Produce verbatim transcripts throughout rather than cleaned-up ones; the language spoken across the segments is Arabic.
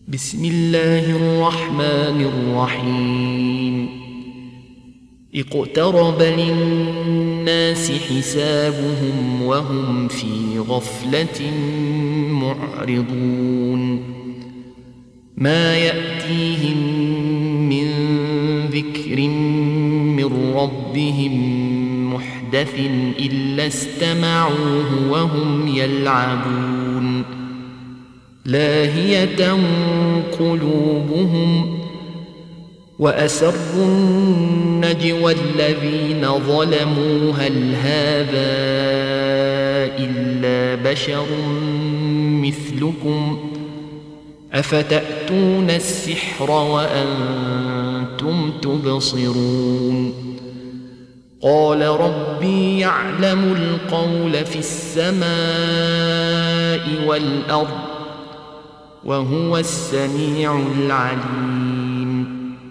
بسم الله الرحمن الرحيم اقترب للناس حسابهم وهم في غفلة معرضون ما يأتيهم من ذكر من ربهم محدث إلا استمعوه وهم يلعبون لاهية قلوبهم وأسروا النجوى الذين ظلموا هل هذا إلا بشر مثلكم أفتأتون السحر وأنتم تبصرون قال ربي يعلم القول في السماء والأرض وهو السميع العليم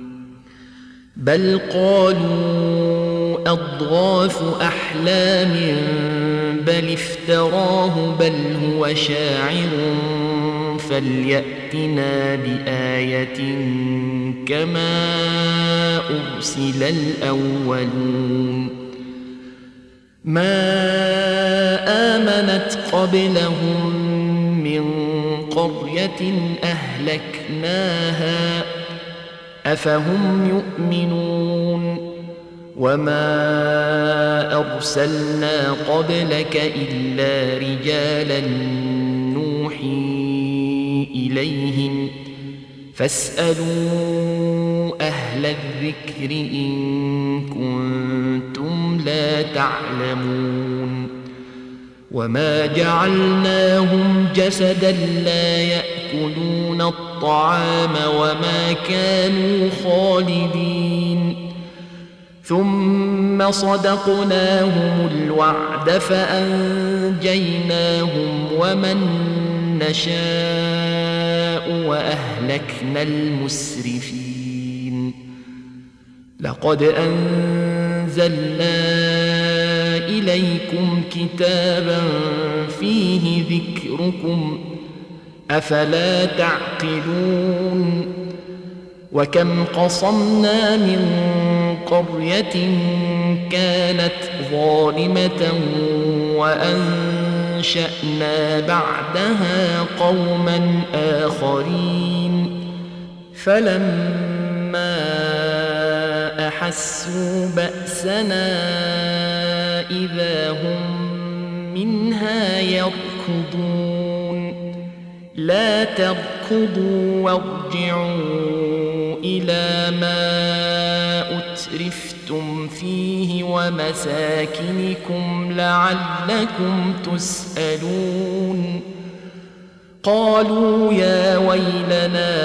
بل قالوا أضغاث أحلام بل افتراه بل هو شاعر فليأتنا بآية كما أرسل الأولون ما آمنت قبلهم من قرية أهلكناها أفهم يؤمنون وما أرسلنا قبلك إلا رجالا نوحي إليهم فاسألوا أهل الذكر إن كنتم لا تعلمون وما جعلناهم جسدا لا يأكلون الطعام وما كانوا خالدين ثم صدقناهم الوعد فأنجيناهم ومن نشاء وأهلكنا المسرفين لقد أنزلنا إليكم كتابا فيه ذكركم أفلا تعقلون وكم قصمنا من قرية كانت ظالمة وأنشأنا بعدها قوما آخرين فلما أحسوا بأسنا إذا هم منها يركضون لا تركضوا وارجعوا إلى ما أترفتم فيه ومساكنكم لعلكم تسألون قالوا يا ويلنا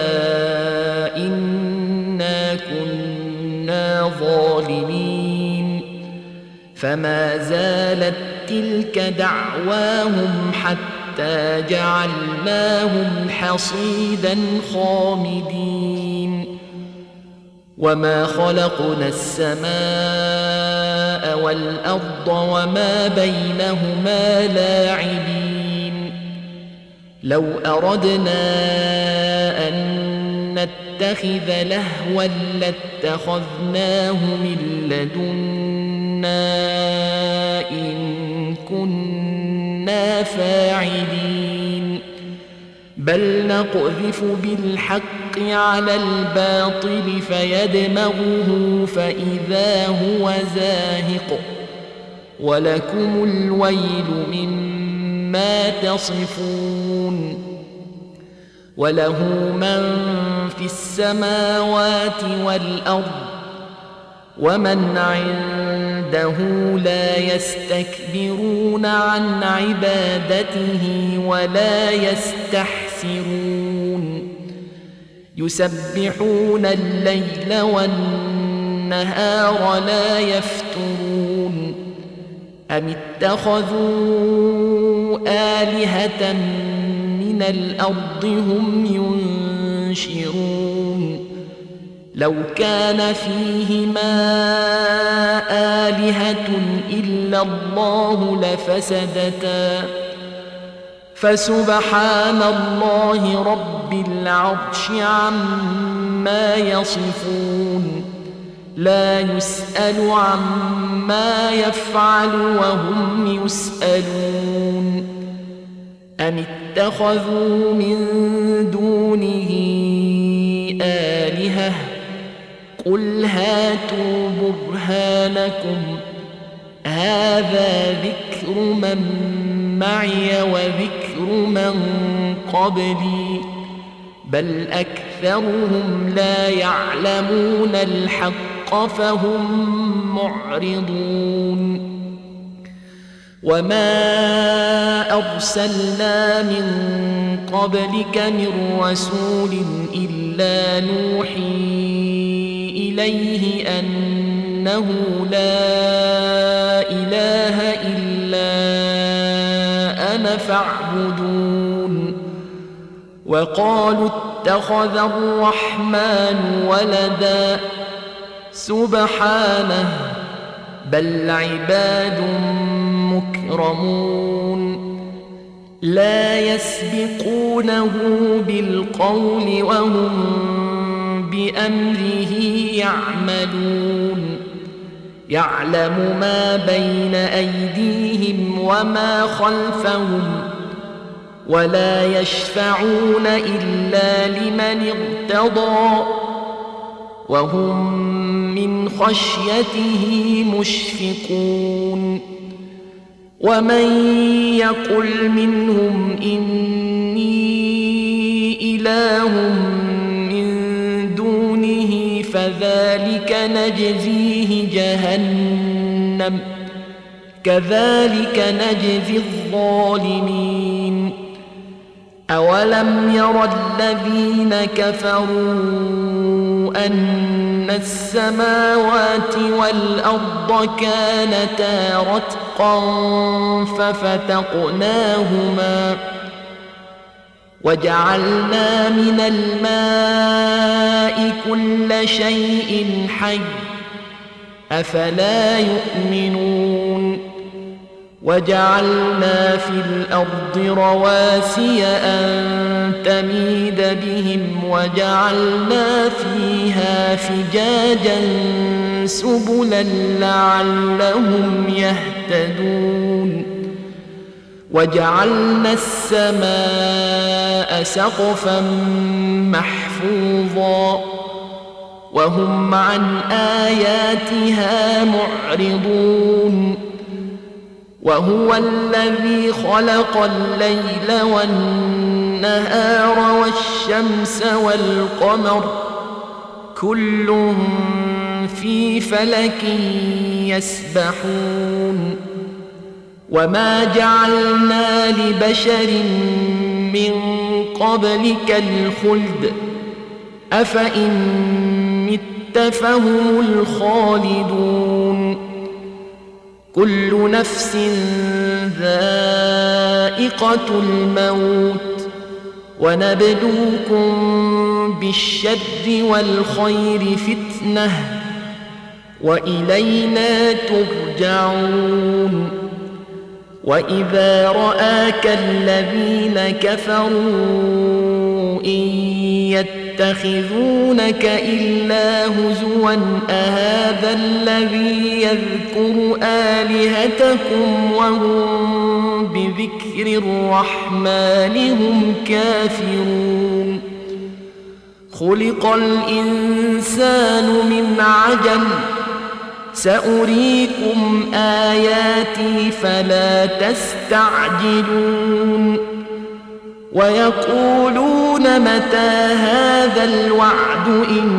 إنا كنا ظالمين فما زالت تلك دعواهم حتى جعلناهم حصيدا خامدين وما خلقنا السماء والأرض وما بينهما لاعبين لو أردنا أن نتخذ لهوا لاتخذناه من لدنا إن كنا فاعلين بل نقذف بالحق على الباطل فيدمغه فإذا هو زاهق ولكم الويل مما تصفون وله من في السماوات والأرض ومن عنده لا يستكبرون عن عبادته ولا يستحسرون يسبحون الليل والنهار لا يفترون أم اتخذوا آلهة من الأرض هم ينشرون لو كان فيهما آلهة إلا الله لفسدتا فسبحان الله رب العرش عما يصفون لا يسأل عما يفعل وهم يسألون أم اتخذوا من دونه آلهة قل هاتوا برهانكم هذا ذكر من معي وذكر من قبلي بل أكثرهم لا يعلمون الحق فهم معرضون وما أرسلنا من قبلك من رسول إلا نوحي إليه أنه لا إله إلا أنا فاعبدون وقالوا اتخذ الرحمن ولدا سبحانه بل عباد مكرمون لا يسبقونه بالقول وهم بأمره يعملون يعلم ما بين أيديهم وما خلفهم ولا يشفعون إلا لمن ارتضى وهم من خشيته مشفقون ومن يقل منهم إني إله من دونه فذلك نجزيه جهنم كذلك نجزي الظالمين أولم ير الذين كفروا أن السماوات والأرض كانتا رتقا ففتقناهما وجعلنا من الماء كل شيء حي أفلا يؤمنون وجعلنا في الأرض رواسي أن تميد بهم وجعلنا فيها فجاجا سبلا لعلهم يهتدون وجعلنا السماء سقفا محفوظا وهم عن آياتها معرضون وهو الذي خلق الليل والنهار والشمس والقمر كل في فلك يسبحون وما جعلنا لبشر من قبلك الخلد أفإن مت فهم الخالدون كل نفس ذائقة الموت ونبلوكم بالشر والخير فتنة وإلينا ترجعون وإذا رآك الذين كفروا إن يتخذونك إلا هزوا أهذا الذي يذكر آلهتكم وهم بذكر الرحمن هم كافرون خلق الإنسان من عجل سأريكم آياتي فلا تستعجلون ويقولون متى هذا الوعد إن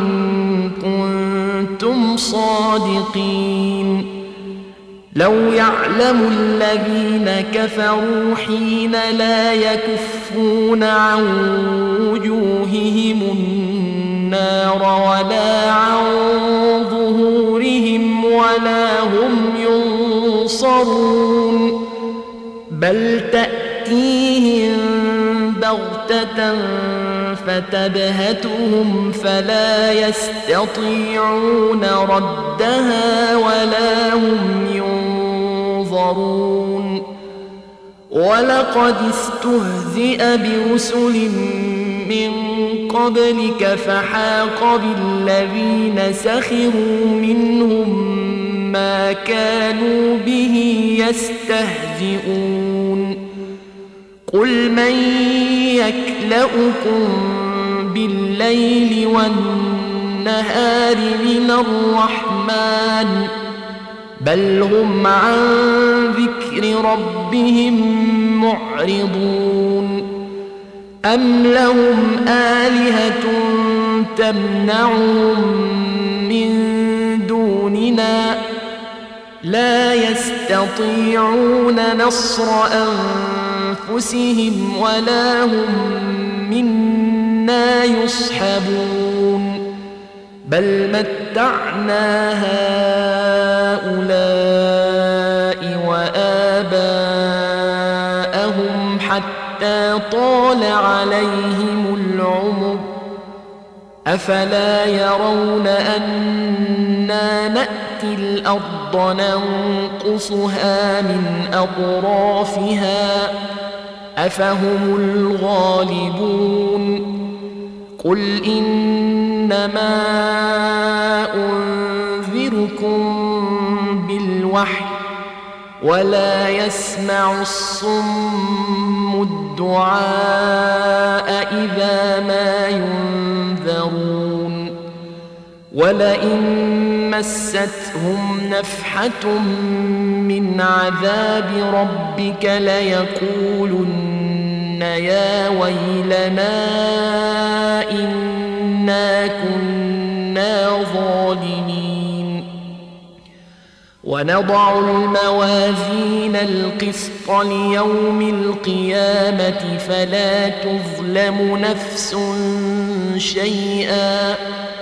كنتم صادقين لو يعلم الذين كفروا حين لا يكفون عن وجوههم النار ولا عن ظهورهم ولا هم ينصرون بل تأتيهم بغتة فتبهتهم فلا يستطيعون ردها ولا هم ينظرون ولقد استهزئ برسل من قبلك فحاق بالذين سخروا منهم ما كانوا به يستهزئون قل من يكلؤكم بالليل والنهار من الرحمن بل هم عن ذكر ربهم معرضون أم لهم آلهة تمنعهم من دوننا لا يستطيعون نصر أنفسهم ولا هم منا يصحبون بل متعنا هؤلاء وآباءهم حتى طال عليهم العمر أفلا يرون أنا نأتي الأرض ننقصها من أطرافها أفهم الغالبون قل إنما أنذركم بالوحي ولا يسمع الصم الدعاء إذا ما ينذرون ولئن مستهم نفحة من عذاب ربك ليقولن يا ويلنا إنا كنا ظالمين ونضع الموازين القسط ليوم القيامة فلا تظلم نفس شيئا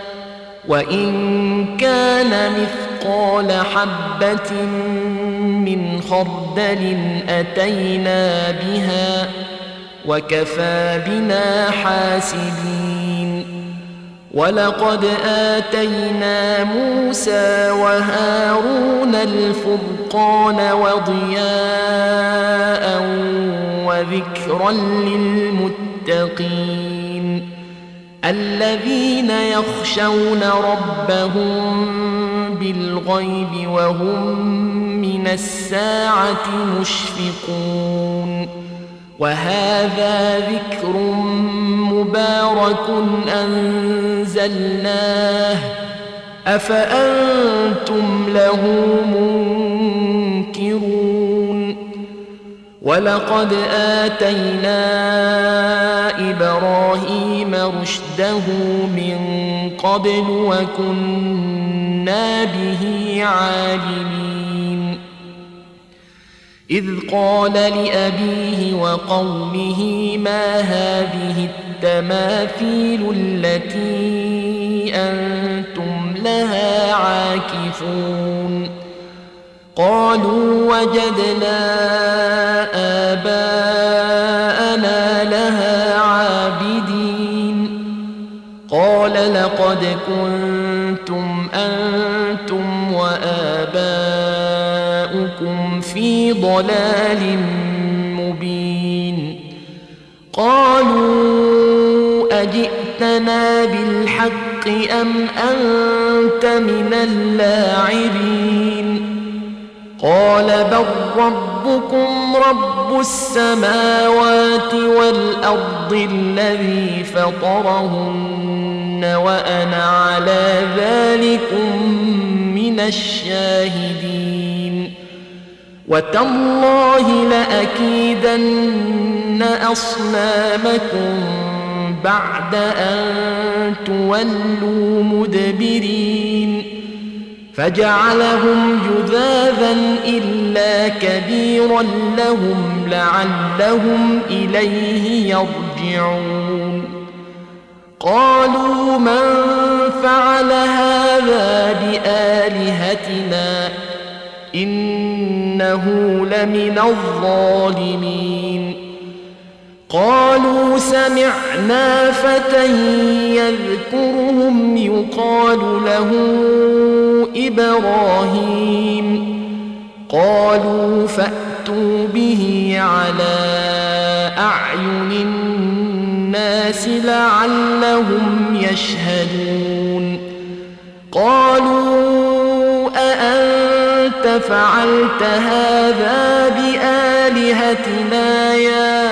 وإن كان مثقال حبة من خردل أتينا بها وكفى بنا حاسبين ولقد آتينا موسى وهارون الفرقان وضياء وذكرا للمتقين الذين يخشون ربهم بالغيب وهم من الساعة مشفقون وهذا ذكر مبارك أنزلناه أفأنتم له منكرون ولقد آتينا إبراهيم رشده من قبل وكنا به عالمين إذ قال لأبيه وقومه ما هذه التماثيل التي أنتم لها عاكفون قالوا وجدنا آباءنا لها عابدين قال لقد كنتم أنتم وآباؤكم في ضلال مبين قالوا أجئتنا بالحق أم أنت من اللاعبين قال بل ربكم رب السماوات والأرض الذي فطرهن وأنا على ذلكم من الشاهدين وتالله لأكيدن أصنامكم بعد أن تولوا مدبرين فجعلهم جذاذا إلا كبيرا لهم لعلهم إليه يرجعون قالوا من فعل هذا بآلهتنا إنه لمن الظالمين قالوا سمعنا فتى يذكرهم يقال له إبراهيم قالوا فأتوا فأتوا به على أعين الناس لعلهم يشهدون قالوا أأنت فعلت هذا بآلهتنا يا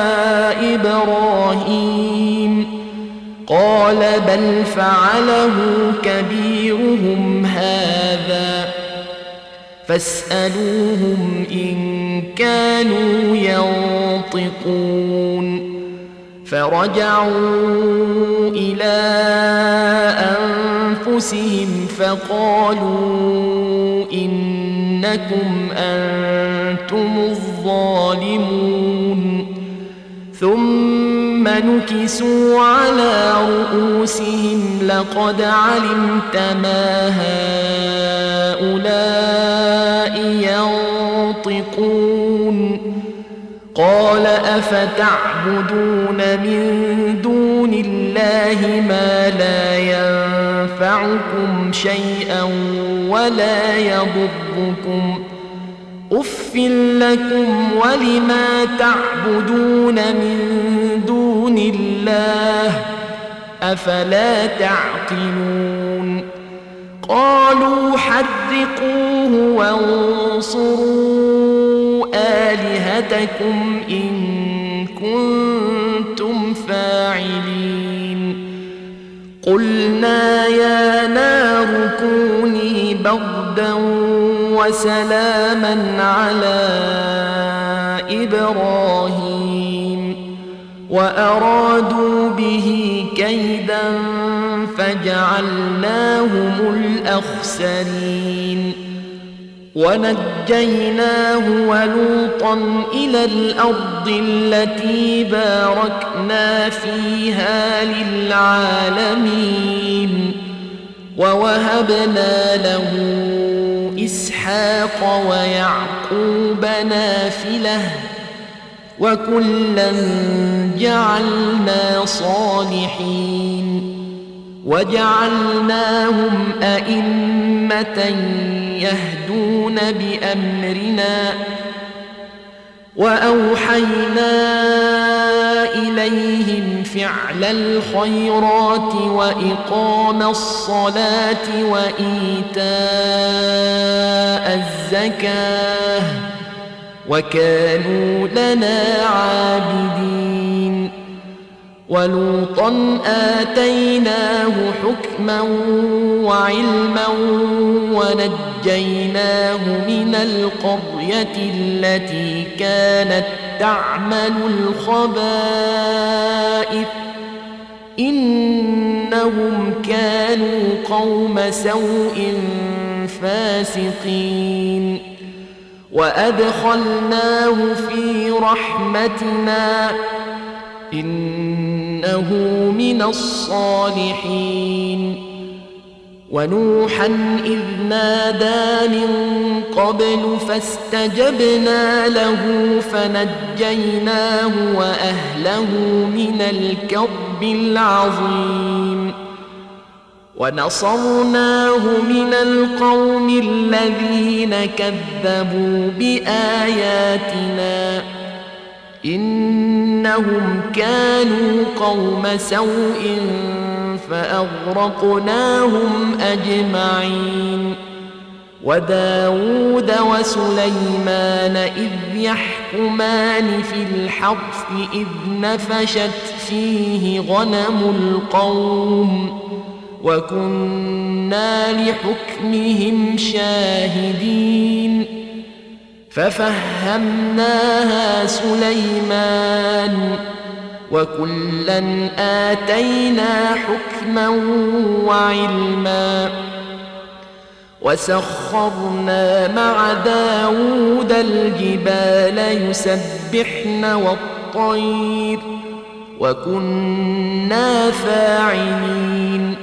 إبراهيم قال بل فعله كبيرهم هذا فاسألوهم إن كانوا ينطقون فرجعوا إلى أنفسهم فقالوا إنكم أنتم الظالمون ثم نكسوا على رؤوسهم لقد علمت ما هؤلاء ينطقون قال أفتعبدون من دون الله ما لا ينفعكم شيئا ولا يضركم أف لكم ولما تعبدون من دون الله أفلا تعقلون قالوا حرقوه وانصروا آلهتكم إن كنتم فاعلين قلنا يا نار كوني بردا وسلاما على إبراهيم وأرادوا به كيدا فجعلناهم الأخسرين ونجيناه ولوطا إلى الأرض التي باركنا فيها للعالمين ووهبنا له إسحاق ويعقوب نافلة وكلا جعلنا صالحين وجعلناهم أئمة يهدون بأمرنا وأوحينا إليهم فعل الخيرات وإقام الصلاة وإيتاء الزكاة وكانوا لنا عابدين ولوطا آتيناه حكما وعلما ونجيناه من القرية التي كانت تعمل الخبائث إنهم كانوا قوم سوء فاسقين وأدخلناه في رحمتنا إنه من الصالحين ونوحا إذ نادى من قبل فاستجبنا له فنجيناه وأهله من الكرب العظيم ونصرناه من القوم الذين كذبوا بآياتنا إنهم كانوا قوم سوء فأغرقناهم أجمعين وداود وسليمان إذ يحكمان في الحرث إذ نفشت فيه غنم القوم وكنا لحكمهم شاهدين ففهمناها سليمان وكلا آتينا حكما وعلما وسخرنا مع داود الجبال يسبحن والطير وكنا فاعلين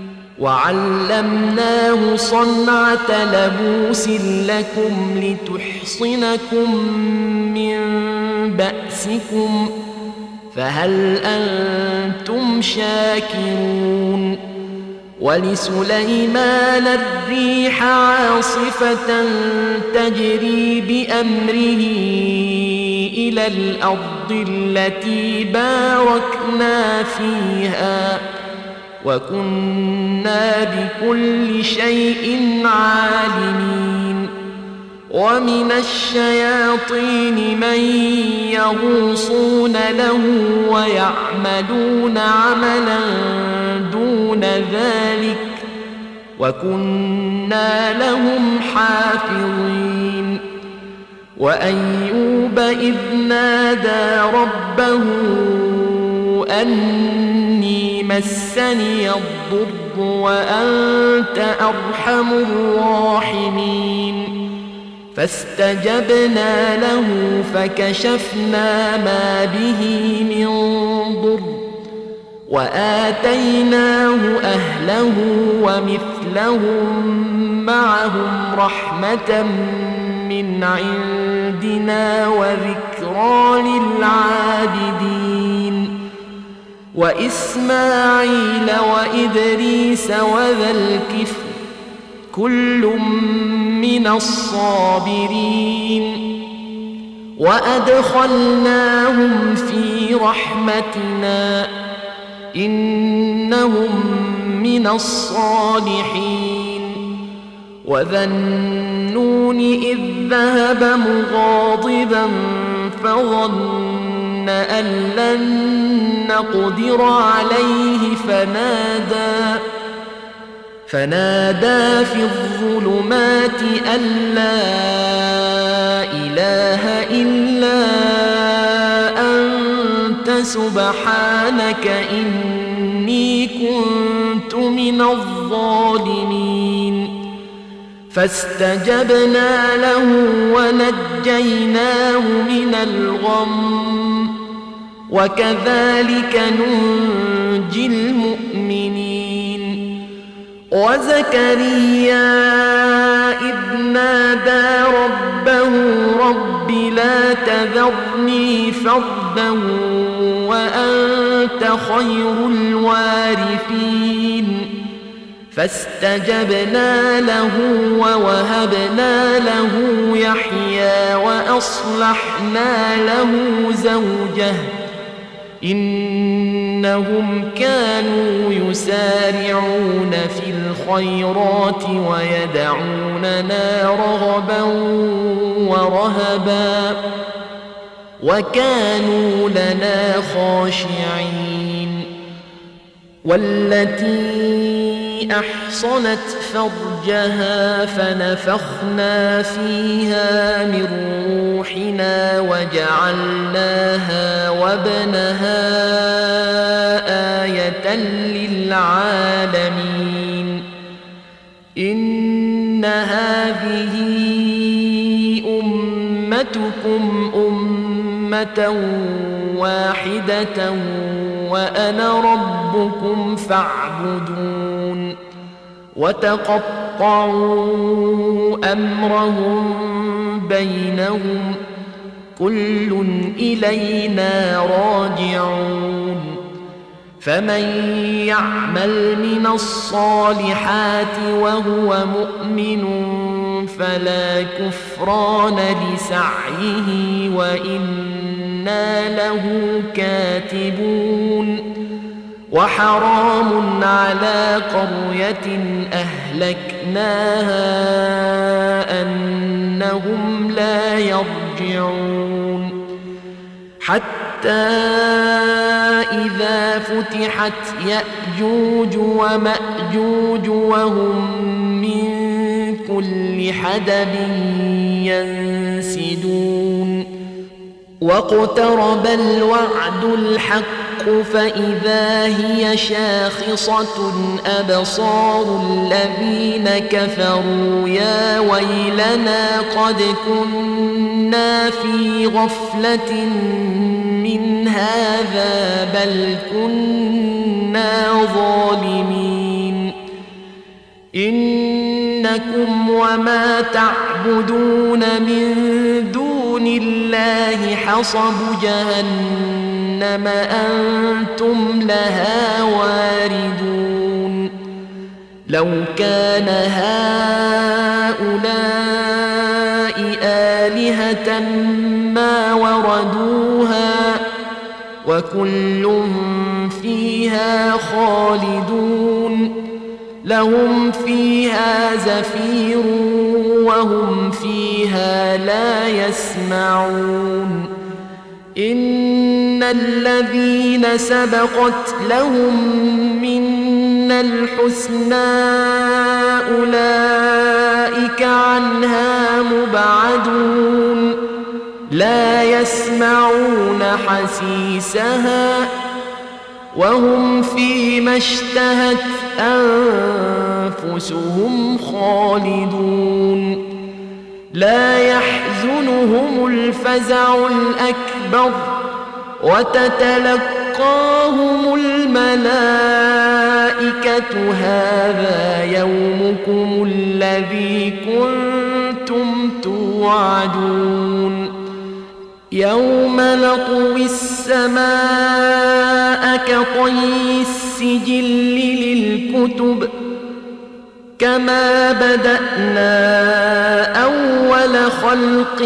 وعلمناه صنعة لبوس لكم لتحصنكم من بأسكم فهل أنتم شاكرون ولسليمان الريح عاصفة تجري بأمره إلى الأرض التي باركنا فيها وكنا بكل شيء عالمين. ومن الشياطين من يغوصون له ويعملون عملا دون ذلك وكنا لهم حافظين. وأيوب إذ نادى ربه أني مسني الضر وأنت أرحم الراحمين فاستجبنا له فكشفنا ما به من ضر وآتيناه أهله ومثلهم معهم رحمة من عندنا وذكرى للعابدين. وإسماعيل وإدريس وذا الكفل كل من الصابرين وأدخلناهم في رحمتنا إنهم من الصالحين. وذا النون إذ ذهب مغاضبا فظن أن لن نقدر عليه فنادى فنادى في الظلمات أن لا إله إلا أنت سبحانك إني كنت من الظالمين. فاستجبنا له ونجيناه من الغم وكذلك ننجي المؤمنين. وزكريا إذ نادى ربه رب لا تذرني فردا وأنت خير الوارثين فاستجبنا له ووهبنا له يحيى وأصلحنا له زوجه إنهم كانوا يسارعون في الخيرات ويدعوننا رغبا ورهبا وكانوا لنا خاشعين. والتي أحصنت فرجها فنفخنا فيها من روحنا وجعلناها وابنها آية للعالمين. إن هذه أمتكم أمة واحدة وأنا ربكم فاعبدون. وتقطعوا أمرهم بينهم كل إلينا راجعون. فمن يعمل من الصالحات وهو مؤمن فلا كفران لسعيه وإنا له كاتبون. وحرام على قرية أهلكناها أنهم لا يرجعون حتى إذا فتحت يأجوج ومأجوج وهم من كل حدب ينسدون. واقترب الوعد الحق فإذا هي شاخصة أبصار الذين كفروا يا ويلنا قد كنا في غفلة من هذا بل كنا ظالمين. إنكم وما تعبدون من دون الله حصب جهنم أنتم لها واردون. لو كان هؤلاء آلهة ما وردوها وكل فيها خالدون لهم فيها زفير وهم فيها لا يسمعون إن الذين سبقت لهم منا الحسنى أولئك عنها مبعدون لا يسمعون حسيسها وهم فيما اشتهت أنفسهم خالدون لا يحزنهم الفزع الأكبر وتتلقاهم الملائكة هذا يومكم الذي كنتم توعدون يوم نطوي السماء كطي السجل للكتب كما بدأنا أول خلق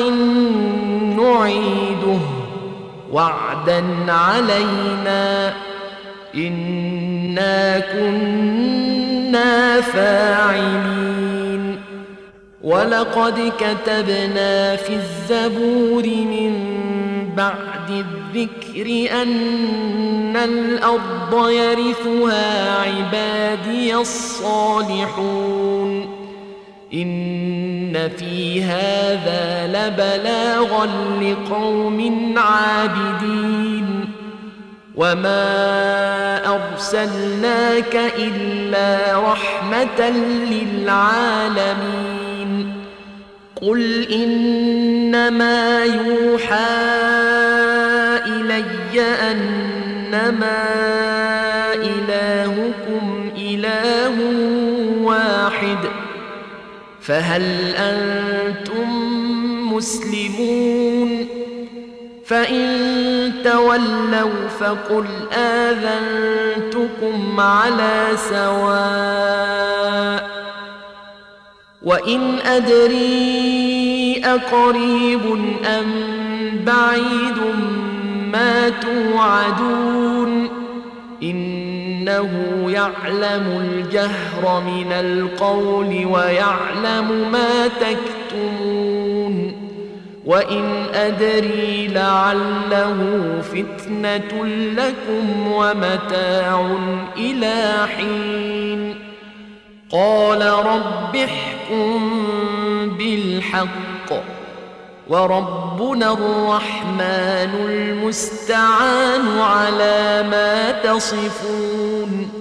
نعيده وعدا علينا إنا كنا فاعلين ولقد كتبنا في الزبور من بعد الذكر أن الأرض يرثها عبادي الصالحون إن في هذا لبلاغا لقوم عابدين وما أرسلناك إلا رحمة للعالمين قل إنما يوحى إلي أنما إلهكم إله واحد فهل أنتم مسلمون فإن تولوا فقل آذنتكم على سواء وإن أدري أقريب أم بعيد ما توعدون إنه يعلم الجهر من القول ويعلم ما تكتمون وإن أدري لعله فتنة لكم ومتاع إلى حين قال رب احكم بالحق وربنا الرحمن المستعان على ما تصفون